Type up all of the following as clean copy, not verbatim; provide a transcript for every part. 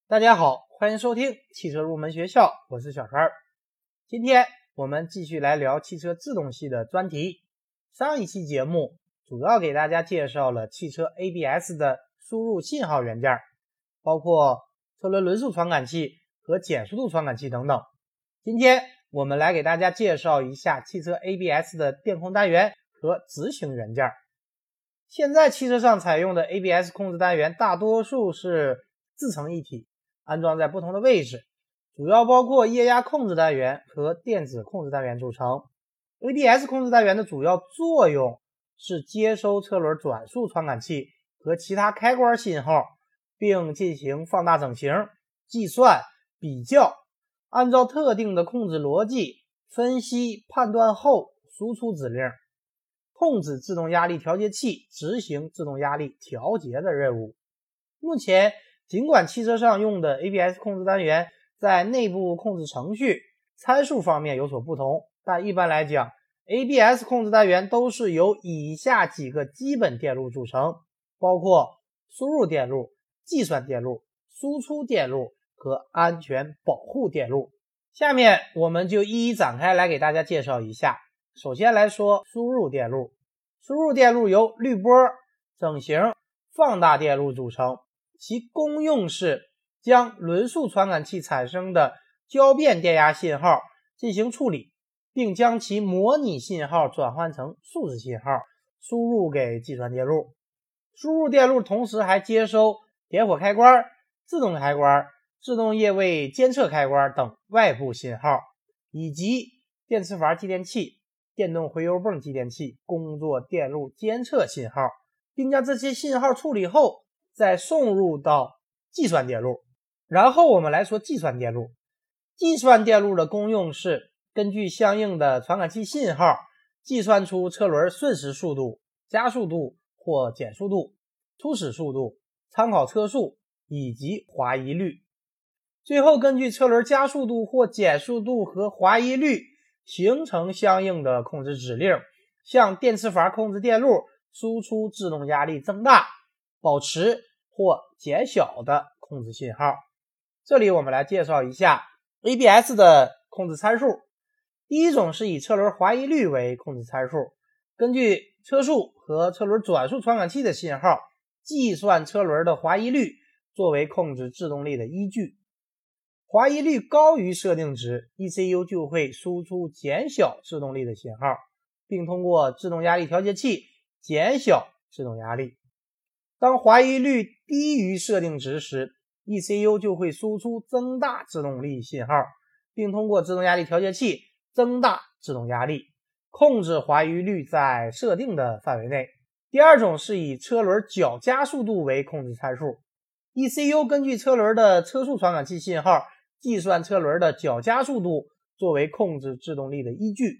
大家好，欢迎收听汽车入门学校，我是小川。今天我们继续来聊汽车制动系的专题。上一期节目主要给大家介绍了汽车 ABS 的输入信号元件，包括车轮轮速传感器和减速度传感器等等。今天我们来给大家介绍一下汽车 ABS 的电控单元和执行元件。现在汽车上采用的 ABS 控制单元大多数是自成一体，安装在不同的位置，主要包括液压控制单元和电子控制单元组成。ABS 控制单元的主要作用是接收车轮转速传感器和其他开关信号，并进行放大整形、计算、比较，按照特定的控制逻辑分析判断后输出指令，控制制动压力调节器执行制动压力调节的任务。目前尽管汽车上用的 ABS 控制单元在内部控制程序、参数方面有所不同，但一般来讲 ABS 控制单元都是由以下几个基本电路组成，包括输入电路、计算电路、输出电路和安全保护电路。下面我们就一一展开来给大家介绍一下。首先来说输入电路。输入电路由滤波、整形、放大电路组成，其功用是将轮速传感器产生的交变电压信号进行处理，并将其模拟信号转换成数字信号，输入给计算电路。输入电路同时还接收点火开关、自动开关、自动液位监测开关等外部信号，以及电磁阀继电器、电动回油泵继电器工作电路监测信号，并将这些信号处理后再送入到计算电路。然后我们来说计算电路。计算电路的功用是根据相应的传感器信号计算出车轮瞬时速度、加速度或减速度、初始速度、参考车速以及滑移率。最后根据车轮加速度或减速度和滑移率形成相应的控制指令，向电磁阀控制电路输出制动压力增大、保持或减小的控制信号。这里我们来介绍一下 ABS 的控制参数。第一种是以车轮滑移率为控制参数，根据车速和车轮转速传感器的信号计算车轮的滑移率，作为控制制动力的依据。滑移率高于设定值， ECU 就会输出减小制动力的信号，并通过制动压力调节器减小制动压力。当滑移率低于设定值时， ECU 就会输出增大制动力信号，并通过制动压力调节器增大制动压力，控制滑移率在设定的范围内。第二种是以车轮角加速度为控制参数， ECU 根据车轮的车速传感器信号计算车轮的角加速度，作为控制制动力的依据。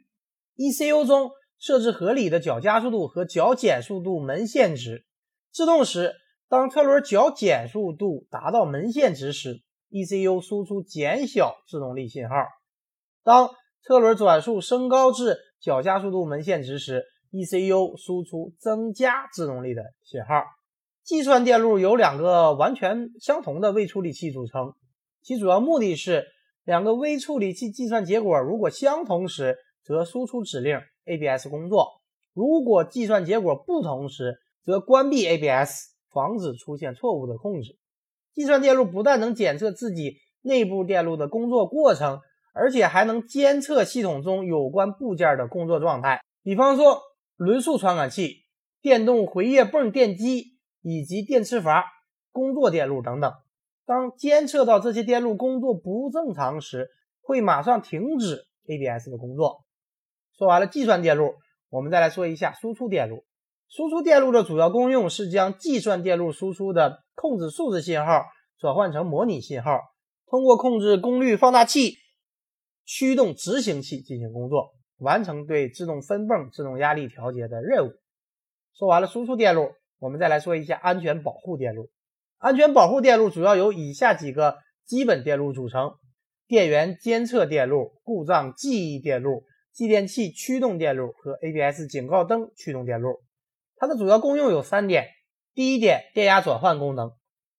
ECU 中设置合理的角加速度和角减速度门限值，制动时当车轮角减速度达到门限值时， ECU 输出减小制动力信号。当车轮转速升高至角加速度门限值时， ECU 输出增加制动力的信号。计算电路由两个完全相同的微处理器组成，其主要目的是两个微处理器计算结果如果相同时，则输出指令 ABS 工作；如果计算结果不同时，则关闭 ABS， 防止出现错误的控制。计算电路不但能检测自己内部电路的工作过程，而且还能监测系统中有关部件的工作状态，比方说轮速传感器、电动回液泵电机以及电磁阀工作电路等等。当监测到这些电路工作不正常时，会马上停止 ABS 的工作。说完了计算电路，我们再来说一下输出电路。输出电路的主要功用是将计算电路输出的控制数字信号转换成模拟信号，通过控制功率放大器驱动执行器进行工作，完成对自动分泵制动压力调节的任务。说完了输出电路，我们再来说一下安全保护电路。安全保护电路主要由以下几个基本电路组成：电源监测电路、故障记忆电路、继电器驱动电路和 ABS 警告灯驱动电路。它的主要功用有3点。第一点，电压转换功能，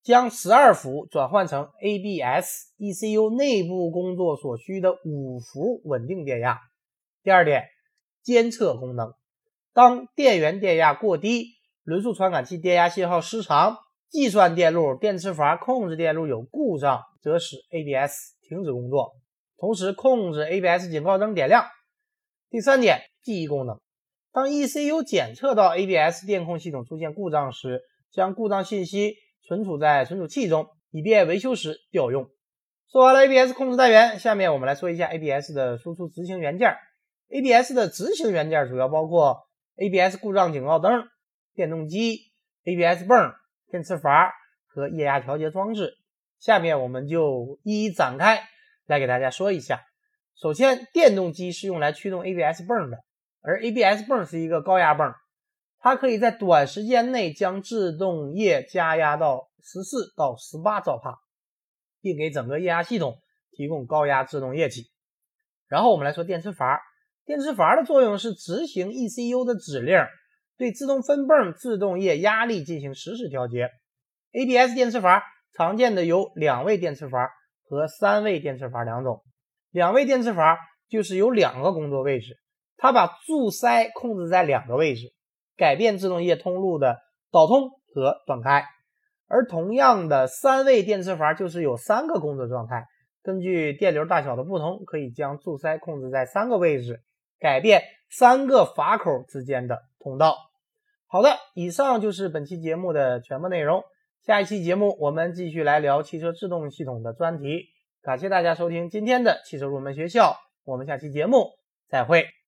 将12伏转换成 ABS ECU 内部工作所需的5伏稳定电压。第二点，监测功能。当电源电压过低，轮速传感器电压信号失常，计算电路、电磁阀控制电路有故障，则使 ABS 停止工作，同时控制 ABS 警告灯点亮。第三点，记忆功能。当 ECU 检测到 ABS 电控系统出现故障时，将故障信息存储在存储器中，以便维修时调用。说完了 ABS 控制单元，下面我们来说一下 ABS 的输出执行元件。ABS 的执行元件主要包括 ABS 故障警告灯、电动机、ABS 泵、电磁阀和液压调节装置。下面我们就一一展开来给大家说一下。首先，电动机是用来驱动 ABS 泵的，而 ABS 泵是一个高压泵，它可以在短时间内将制动液加压到14到18兆帕，并给整个液压系统提供高压制动液体。然后我们来说电磁阀。电磁阀的作用是执行 ECU 的指令，对自动分泵制动液压力进行实时调节。ABS 电磁阀常见的有2位电磁阀和3位电磁阀两种。2位电磁阀就是有2个工作位置，它把注塞控制在2个位置，改变制动液通路的导通和断开。而同样的3位电磁阀就是有3个工作状态，根据电流大小的不同，可以将注塞控制在3个位置，改变3个阀口之间的通道。好的，以上就是本期节目的全部内容。下一期节目我们继续来聊汽车制动系统的专题。感谢大家收听今天的汽车入门学校，我们下期节目再会。